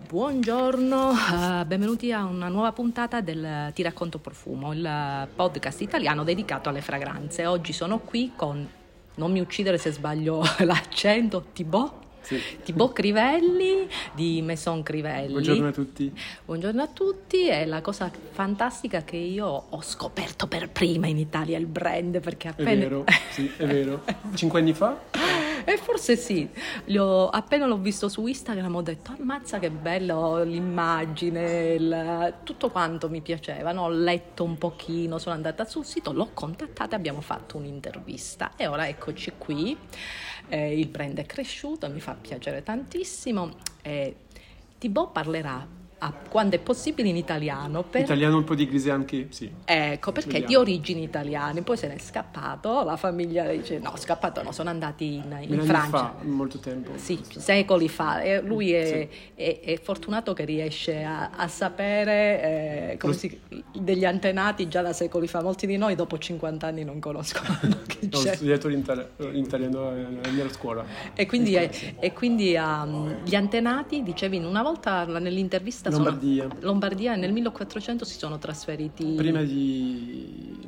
Buongiorno, benvenuti a una nuova puntata del Ti racconto profumo, il podcast italiano dedicato alle fragranze. Oggi sono qui con, non mi uccidere se sbaglio l'accento, Thibaut Crivelli di Maison Crivelli. Buongiorno a tutti. Buongiorno a tutti, è la cosa fantastica che io ho scoperto per prima in Italia il brand, perché appena... È vero, sì, è vero. 5 anni fa? Forse sì, appena l'ho visto su Instagram ho detto ammazza che bello l'immagine, tutto quanto mi piaceva, no? Ho letto un pochino, sono andata sul sito, l'ho contattata e abbiamo fatto un'intervista e ora eccoci qui, il brand è cresciuto, mi fa piacere tantissimo. Thibaut parlerà quando è possibile in italiano. Italiano, un po' di inglese anche, sì. Ecco, perché vediamo. Di origini italiane, poi se n'è scappato, la famiglia dice no, scappato no, sono andati in Francia. Fa, molto tempo. Sì, secoli fa. E lui è fortunato che riesce a sapere degli antenati già da secoli fa. Molti di noi dopo 50 anni non conoscono chi c'è. Ho studiato l'italiano nella scuola. E quindi gli antenati, dicevi una volta nell'intervista, Lombardia nel 1400 si sono trasferiti prima di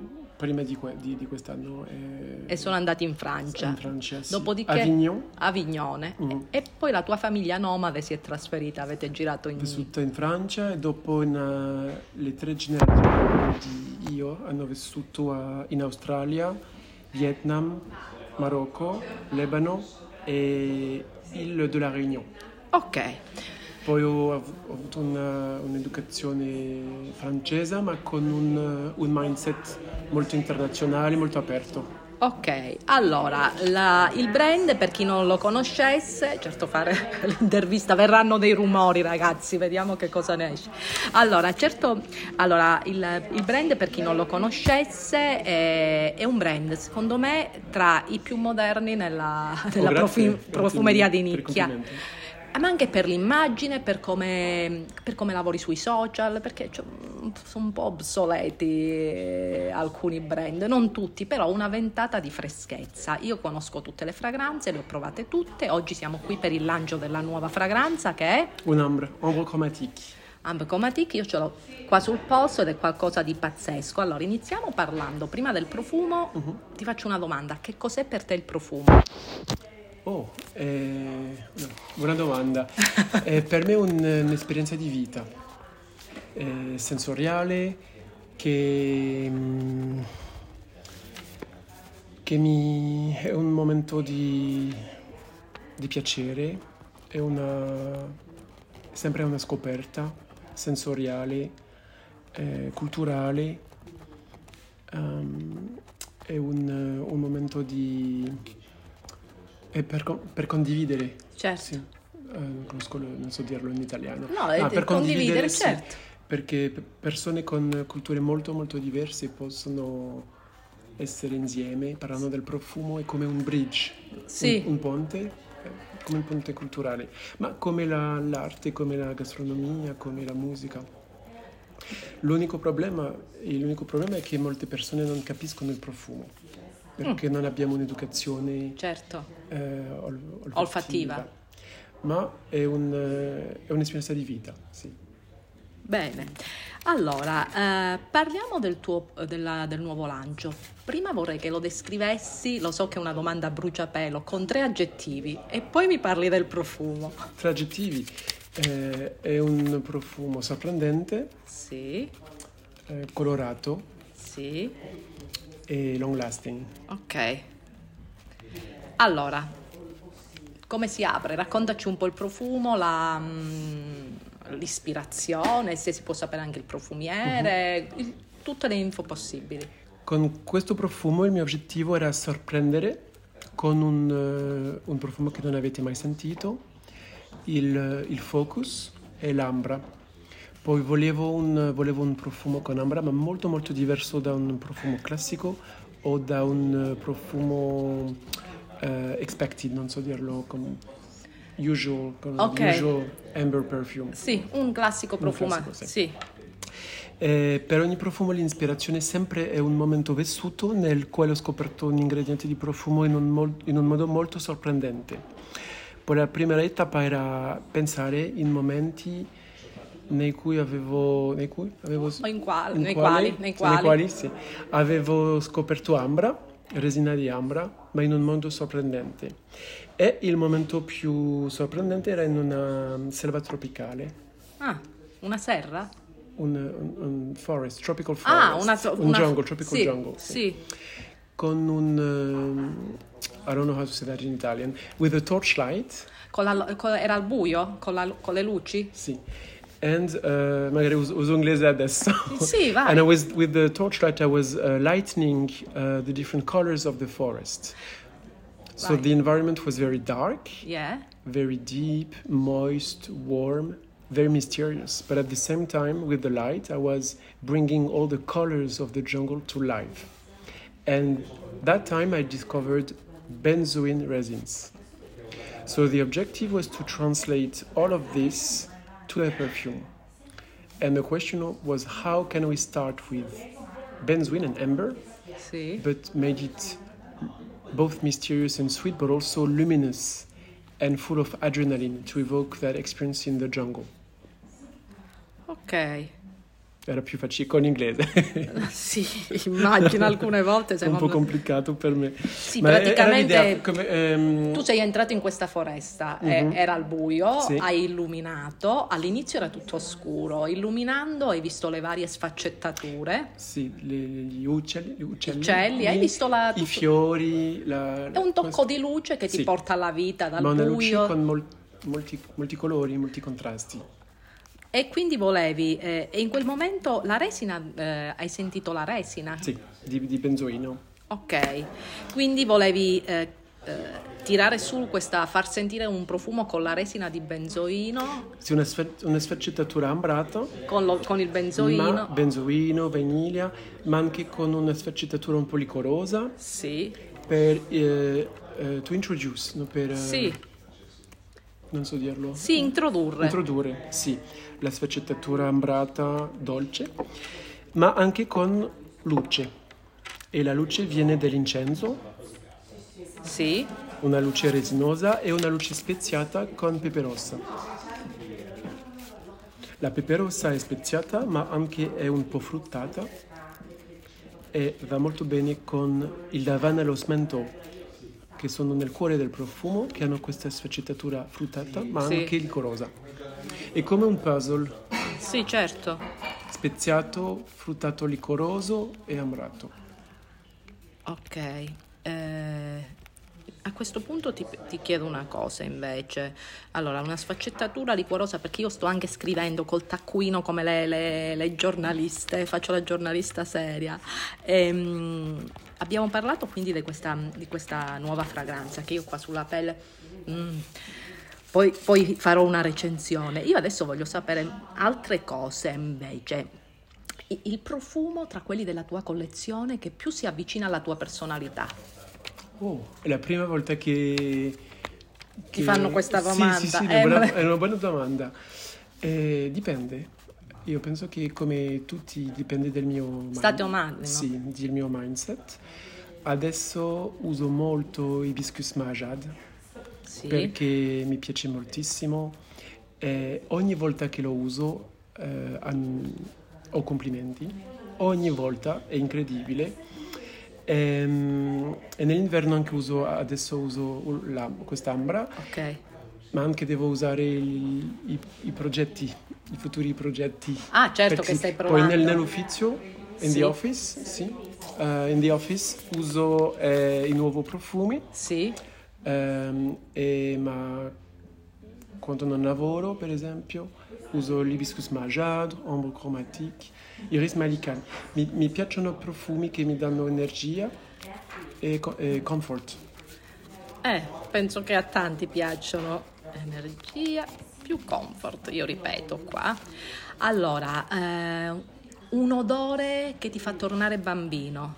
quest'anno e sono andati in Francia, sì. Dopodiché Avignone. E poi la tua famiglia nomade si è trasferita, avete girato vissuta in Francia e dopo le 3 generazioni di io hanno vissuto in Australia, Vietnam, Marocco, Libano e Île de la Réunion. Ok. Poi ho avuto un'educazione francese, ma con un mindset molto internazionale, molto aperto. Ok, allora, il brand, per chi non lo conoscesse, certo fare l'intervista, verranno dei rumori ragazzi, vediamo che cosa ne esce. Allora, il brand, per chi non lo conoscesse, è un brand, secondo me, tra i più moderni nella profumeria di nicchia. Ma anche per l'immagine, per come lavori sui social, perché sono un po' obsoleti alcuni brand, non tutti, però una ventata di freschezza. Io conosco tutte le fragranze, le ho provate tutte, oggi siamo qui per il lancio della nuova fragranza che è Ambre chromatique. Ambre chromatique, io ce l'ho qua sul polso ed è qualcosa di pazzesco. Allora, iniziamo parlando prima del profumo. Ti faccio una domanda, che cos'è per te il profumo? Buona domanda. Per me è un'esperienza di vita, sensoriale, che è un momento di piacere, è sempre una scoperta sensoriale, culturale, è un momento per condividere. Certo. Sì. Non so dirlo in italiano. No, per condividere, sì, certo. Perché persone con culture molto molto diverse possono essere insieme, parlando del profumo, è come un bridge, sì. un ponte, come un ponte culturale, ma come l'arte, come la gastronomia, come la musica. L'unico problema è che molte persone non capiscono il profumo, perché non abbiamo un'educazione olfattiva, ma è un'esperienza di vita, sì. Bene, allora parliamo del nuovo lancio. Prima vorrei che lo descrivessi, lo so che è una domanda a bruciapelo, con 3 aggettivi e poi mi parli del profumo. 3 aggettivi, è un profumo sorprendente, sì, colorato, sì, e long lasting. Ok. Allora, come si apre? Raccontaci un po' il profumo, l'ispirazione, se si può sapere anche il profumiere, tutte le info possibili. Con questo profumo il mio obiettivo era sorprendere con un profumo che non avete mai sentito, il Focus e l'Ambra. Poi volevo un profumo con ambra, ma molto molto diverso da un profumo classico o da un profumo expected, non so dirlo, come usual amber perfume. Sì, un classico profumo. Sì. Per ogni profumo l'ispirazione sempre è un momento vissuto nel quale ho scoperto un ingrediente di profumo in un modo molto sorprendente. Poi la prima etapa era pensare in momenti nei cui avevo... Nei cui? Avevo O in quali? in Nei quali? quali? Nei Sì, nei quali? quali, sì. Avevo scoperto ambra, resina di ambra, ma in un modo sorprendente. E il momento più sorprendente era in una selva tropicale, Ah, una serra? un forest, tropical Ah, forest, un una... jungle, tropical Sì, jungle, sì. sì. Con I don't know how to say that in Italian, with a torchlight, Era al buio? Con le luci? sì. And magari uso inglese adesso. Sì, vai. And I was with the torchlight. I was lightening the different colors of the forest. So Vai. the environment was very dark, Yeah. very deep, moist, warm, very mysterious. But at the same time, with the light, I was bringing all the colors of the jungle to life. And that time, I discovered benzoin resins. So the objective was to translate all of this to a perfume. And the question was, how can we start with benzoin and amber, Sì. but made it both mysterious and sweet, but also luminous and full of adrenaline to evoke that experience in the jungle. Ok. Era più facile con l'inglese. Sì, immagino alcune volte Un secondo po' complicato per me. Sì, Ma praticamente era l'idea, come, tu sei entrato in questa foresta, Mhm. era al buio, Sì. hai illuminato, all'inizio era tutto oscuro, illuminando hai visto le varie sfaccettature, sì, gli uccelli, gli uccelli, hai visto i fiori, è un tocco di luce che ti Sì. porta alla vita dal ma una luce buio con molti colori, molti contrasti. e quindi volevi, e in quel momento la resina, hai sentito la resina? Sì, di benzoino. Ok, quindi volevi tirare su far sentire un profumo con la resina di benzoino, Sì, una sfaccettatura ambrata, con il benzoino. ma benzoino, vaniglia, ma anche con una sfaccettatura un po' licorosa Sì, per to introduce, no? Per sì, non so dirlo. sì, introdurre. Sì, la sfaccettatura ambrata dolce, ma anche con luce. E la luce viene dall'incenso, Sì, una luce resinosa e una luce speziata con pepe rossa. La pepe rossa è speziata, ma anche è un po' fruttata e va molto bene con il lavanda e lo smento, che sono nel cuore del profumo, che hanno questa sfaccettatura fruttata, ma Sì. anche licorosa. È come un puzzle, sì, certo. speziato, fruttato licoroso e ambrato. Ok. A questo punto ti chiedo una cosa invece. Allora, una sfaccettatura liquorosa, perché io sto anche scrivendo col taccuino come le giornaliste, faccio la giornalista seria. Abbiamo parlato quindi di questa nuova fragranza che io qua sulla pelle... Poi farò una recensione. Io adesso voglio sapere altre cose invece. Il profumo tra quelli della tua collezione che più si avvicina alla tua personalità. Oh, è la prima volta che Ti fanno questa domanda. Sì, è una buona domanda. Dipende. Io penso che come tutti dipende del mio Stato d'animo. Sì, del mio mindset. Adesso uso molto Hibiscus Mahajad Sì. perché mi piace moltissimo e ogni volta che lo uso ho complimenti. Ogni volta è incredibile. E nell'inverno anche adesso uso quest'ambra, Ok. ma anche devo usare i progetti, i futuri progetti. Ah, certo Perché che stai poi provando. nell'ufficio, in Sì. the office, sì. In the office uso i nuovi profumi, Sì. ma quando non lavoro, per esempio, uso l'Hibiscus Mahajad, Ombre Chromatique, Iris Malikan. Mi piacciono profumi che mi danno energia e comfort. Penso che a tanti piacciono energia più comfort, io ripeto qua. Allora, un odore che ti fa tornare bambino.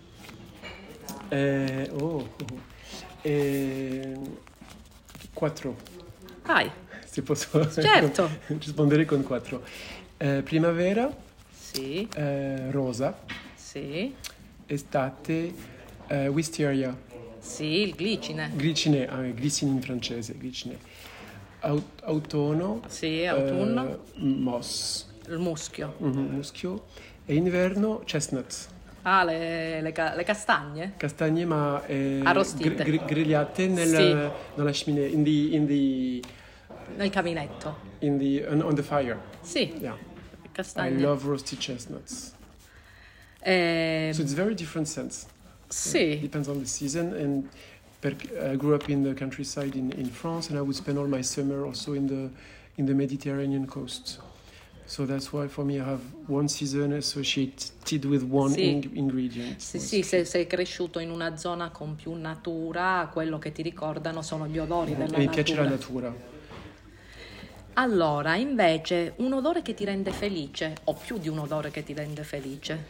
Quattro. Vai, Se posso Certo. rispondere con quattro. Primavera, sì, rosa, sì, estate, wisteria. Sì, il glicine. Glicine, glicine in francese, glicine. Autunno, Sì, autunno. moss, Il muschio. muschio. E inverno, chestnut. Ah, le castagne? Castagne ma Arrostite. grigliate Sì. nella cheminée, Nel caminetto. on the fire. Sì, Yeah. castagne. I love roasted chestnuts. Eh, So it's very different scents. sì, Depends on the season. And I grew up in the countryside in France, and I would spend all my summer also in the Mediterranean coast. So that's why for me I have one season associated with one Sì. ingredient. sì, sì, se sei cresciuto in una zona con più natura, quello che ti ricordano sono gli odori della Mi piace la natura. natura. Allora, invece, un odore che ti rende felice, o più di un odore che ti rende felice?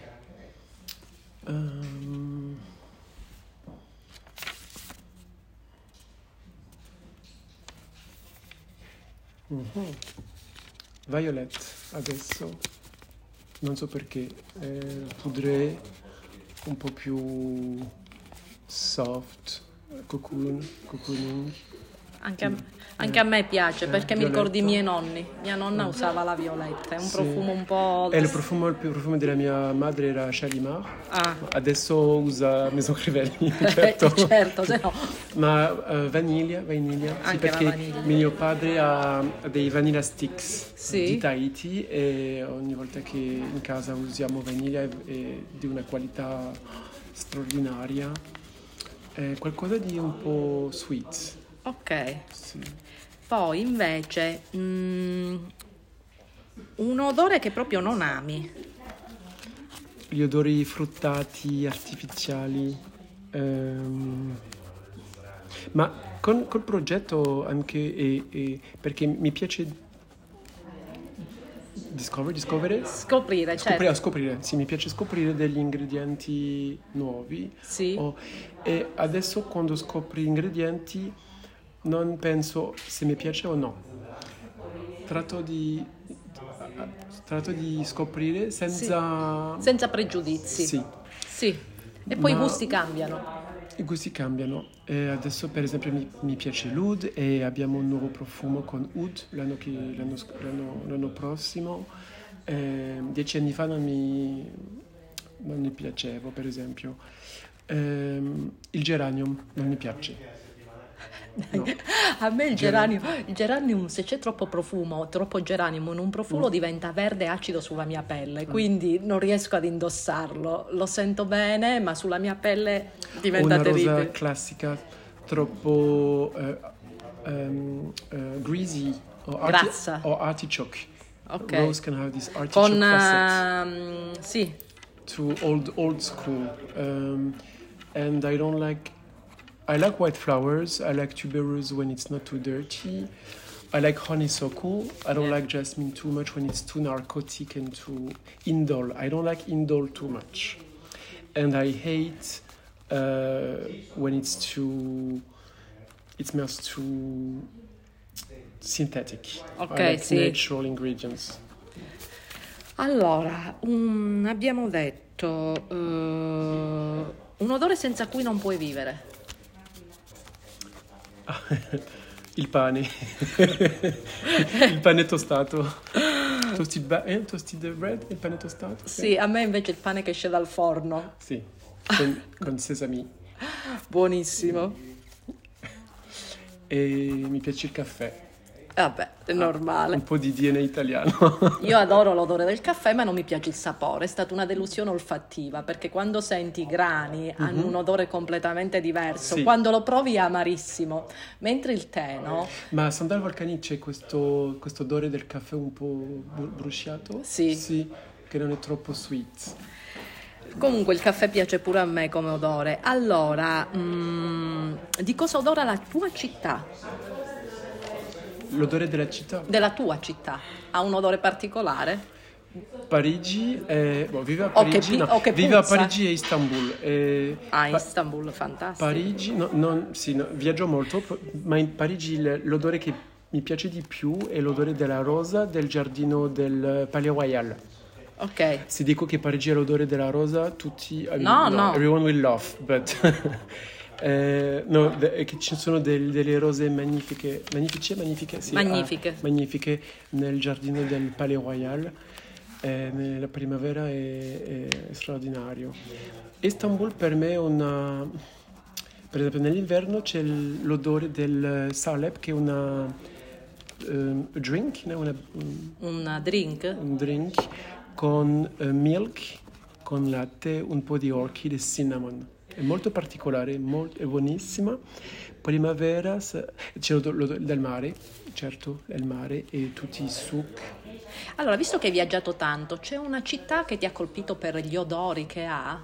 Violet adesso, non so perché, poudre un po' più soft, cocooning. Anche a me piace perché mi ricordi i violetta. miei nonni. Mia nonna usava la violetta, è un Sì. profumo un po'... E il profumo della mia madre era Shalimar, Ah, adesso usa Maison Crivelli, certo. certo, se no... Ma vaniglia, sì, Anche la perché vaniglia. mio padre ha dei vanilla sticks Sì. di Tahiti e ogni volta che in casa usiamo vaniglia è di una qualità straordinaria, è qualcosa di un po' sweet. Ok. Sì. Poi invece un odore che proprio non ami. Gli odori fruttati, artificiali. Ma col progetto anche, perché mi piace scoprire, Scoprire. sì, mi piace scoprire degli ingredienti nuovi. Sì. E adesso quando scopri ingredienti non penso se mi piace o no. Tratto di scoprire senza... Senza pregiudizi. Sì. Sì. E poi i Ma- gusti cambiano. I gusti cambiano. E adesso per esempio mi piace l'oud e abbiamo un nuovo profumo con oud l'anno prossimo. 10 anni fa non mi piaceva, per esempio. Il geranium non mi piace. No. A me il geranium, se c'è troppo profumo, troppo geranium in un profumo diventa verde e acido sulla mia pelle, quindi non riesco ad indossarlo. Lo sento bene, ma sulla mia pelle diventa Una terribile. rosa classica troppo greasy Grassa. o artichoke. Ok. Rose can have this artichoke Con facet. sì, To old school. And I like white flowers. I like tuberose when it's not too dirty. I like honeysuckle. I don't Yeah. like jasmine too much when it's too narcotic and too indole. I don't like indole too much. And I hate when it smells too synthetic. Ok, I like sì. natural ingredients. Allora, abbiamo detto un odore senza cui non puoi vivere. Il pane. Il pane tostato. Toasted bread, il pane tostato? Sì, a me invece il pane che esce dal forno. Sì, con sesami. Buonissimo. E mi piace il caffè. Vabbè, è normale. Un po' di DNA italiano. Io adoro l'odore del caffè, ma non mi piace il sapore. È stata una delusione olfattiva, perché quando senti i grani hanno un odore completamente diverso. Sì. Quando lo provi è amarissimo. Mentre il tè, no? Ma a Sandal Volcanic c'è questo odore del caffè un po' brusciato? Sì. Sì, che non è troppo sweet. Comunque il caffè piace pure a me come odore. Allora, di cosa odora la tua città? L'odore della città. Della tua città? Ha un odore particolare? Parigi, vive a O che Parigi, o che vive a puzza. Parigi e Istanbul. Istanbul, fantastico. Parigi, viaggio molto, ma in Parigi l'odore che mi piace di più è l'odore della rosa del giardino del Palais Royal. Ok. Se dico che Parigi è l'odore della rosa, tutti... No. Everyone will laugh, but... No, è che ci sono delle rose magnifiche, sì, magnifiche nel giardino del Palais Royal. Nella primavera è straordinario. Istanbul per me è una... Per esempio nell'inverno c'è l'odore del salep, che è una drink, no? Un drink? Un drink con milk, con latte, un po' di orchid e cinnamon. È molto particolare, è buonissima. Primavera, c'è l'odore del mare, certo, è il mare e tutti i souk. Allora, visto che hai viaggiato tanto, c'è una città che ti ha colpito per gli odori che ha?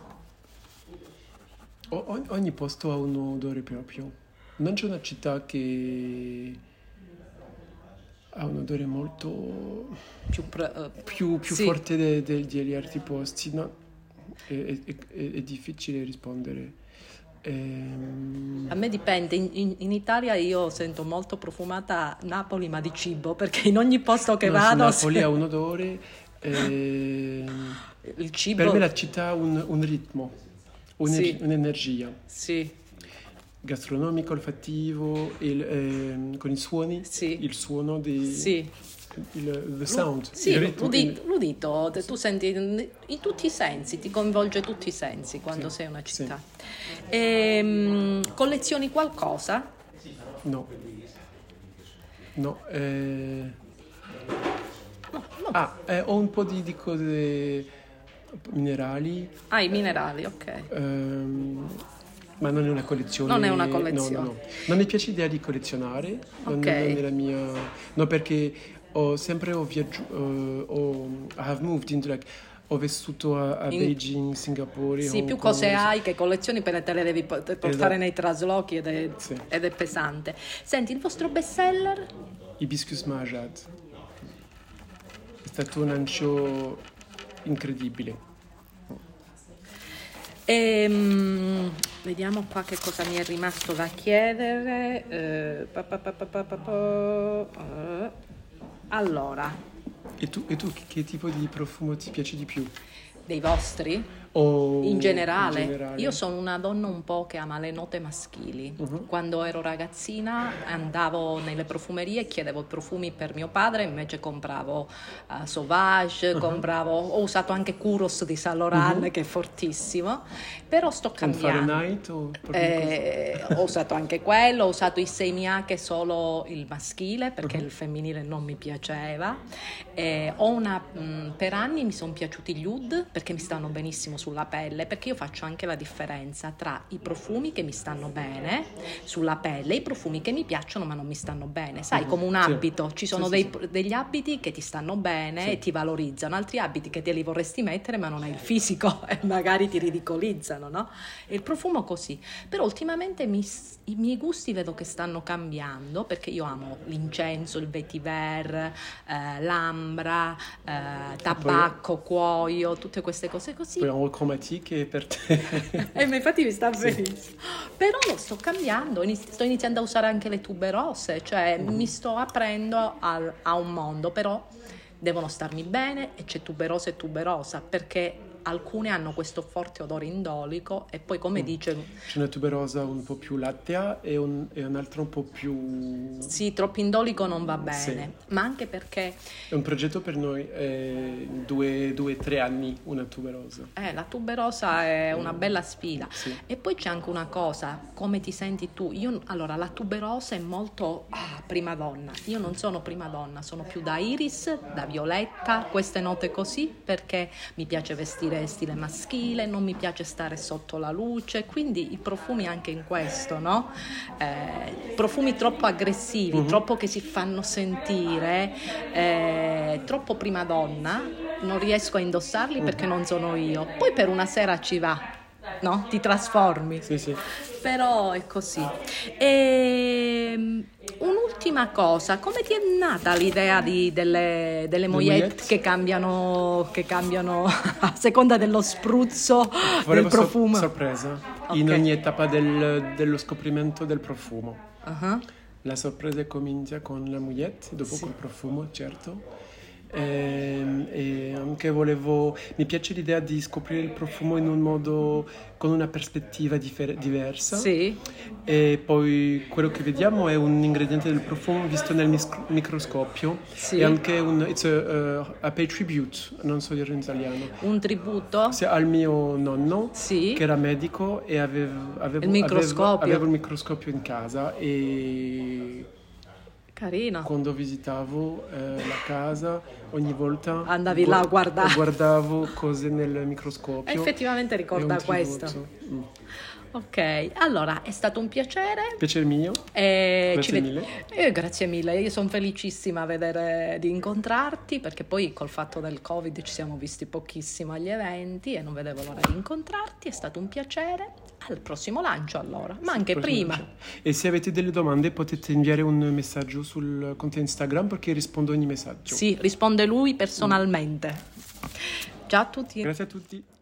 Ogni posto ha un odore proprio. Non c'è una città che ha un odore molto più sì. forte degli altri posti. No? È difficile rispondere. A me dipende, in Italia io sento molto profumata Napoli, ma di cibo, perché in ogni posto che vado... Napoli ha un odore, il cibo... Per me la città ha un ritmo, sì. Un'energia. Sì. Gastronomico, olfattivo, con i suoni, sì. Il suono di... Sì. The sound, sì, l'udito, tu senti in tutti i sensi, ti coinvolge tutti i sensi quando sei in una città. Sì. Collezioni qualcosa? No. Ho un po' di cose minerali. I minerali, ok. Ma non è una collezione. Non è una collezione. No. Non mi piace l'idea di collezionare. Non è la mia... No, perché ho vissuto a Beijing, Singapore. Sì, più cose hai che collezioni, te le devi portare nei traslochi ed è pesante. Senti, il vostro bestseller? Hibiscus Mahajad. È stato un lancio incredibile. Vediamo qua che cosa mi è rimasto da chiedere. Allora. E tu che tipo di profumo ti piace di più? Dei vostri? In generale? Io sono una donna un po' che ama le note maschili. Quando ero ragazzina andavo nelle profumerie e chiedevo profumi per mio padre, invece compravo Sauvage, ho usato anche Kouros di Saint Laurent, che è fortissimo, però sto cambiando. Ho usato anche quello, ho usato i Seimia, che è solo il maschile, perché il femminile non mi piaceva. Per anni mi sono piaciuti gli oud, perché mi stanno benissimo sulla pelle, perché io faccio anche la differenza tra i profumi che mi stanno bene sulla pelle e i profumi che mi piacciono ma non mi stanno bene, sai, come un abito, ci sono degli abiti che ti stanno bene e ti valorizzano, altri abiti che te li vorresti mettere ma non hai il fisico e magari ti ridicolizzano, no? E il profumo così, però ultimamente i miei gusti vedo che stanno cambiando, perché io amo l'incenso, il vetiver, l'ambra, tabacco, cuoio, tutte queste cose così. Poi cromatiche per te. Infatti mi sta benissimo. Però lo sto cambiando, sto iniziando a usare anche le tuberose, cioè mi sto aprendo a un mondo, però devono starmi bene e c'è tuberosa e tuberosa, perché alcune hanno questo forte odore indolico e poi, come dice, c'è una tuberosa un po' più lattea e un'altra un po' più... Sì, troppo indolico non va bene, ma anche perché è un progetto per noi, 2-3 anni una tuberosa. La tuberosa è una bella sfida. E poi c'è anche una cosa, come ti senti tu? Allora, la tuberosa è molto prima donna. Io non sono prima donna, sono più da iris, da violetta, queste note così, perché mi piace vestire stile maschile, non mi piace stare sotto la luce, quindi i profumi anche in questo, no? Profumi troppo aggressivi, troppo che si fanno sentire, troppo prima donna, non riesco a indossarli perché non sono io. Poi per una sera ci va, no? Ti trasformi. Sì. Però è così. Un'ultima cosa, come ti è nata l'idea delle mogliette che cambiano a seconda dello spruzzo del profumo? Sorpresa, in ogni tappa dello scoprimento del profumo. La sorpresa comincia con la mogliette, dopo col profumo, certo. e anche mi piace l'idea di scoprire il profumo in un modo con una prospettiva diversa. Sì. E poi quello che vediamo è un ingrediente del profumo visto nel microscopio. Sì. E anche a pay tribute, non so dire in italiano. Un tributo? Al mio nonno, sì, che era medico e avevo il microscopio in casa, e carino. quando visitavo la casa ogni volta andavi là a guardare, guardavo cose nel microscopio. Effettivamente ricorda questo. Ok, allora è stato un piacere. Piacere mio. Grazie mille. Grazie mille, io sono felicissima di incontrarti, perché poi col fatto del Covid ci siamo visti pochissimo agli eventi e non vedevo l'ora di incontrarti, è stato un piacere. Al prossimo lancio allora, ma anche prima. E se avete delle domande potete inviare un messaggio sul conto Instagram, perché rispondo a ogni messaggio. Sì, risponde lui personalmente. Ciao a tutti. Grazie a tutti.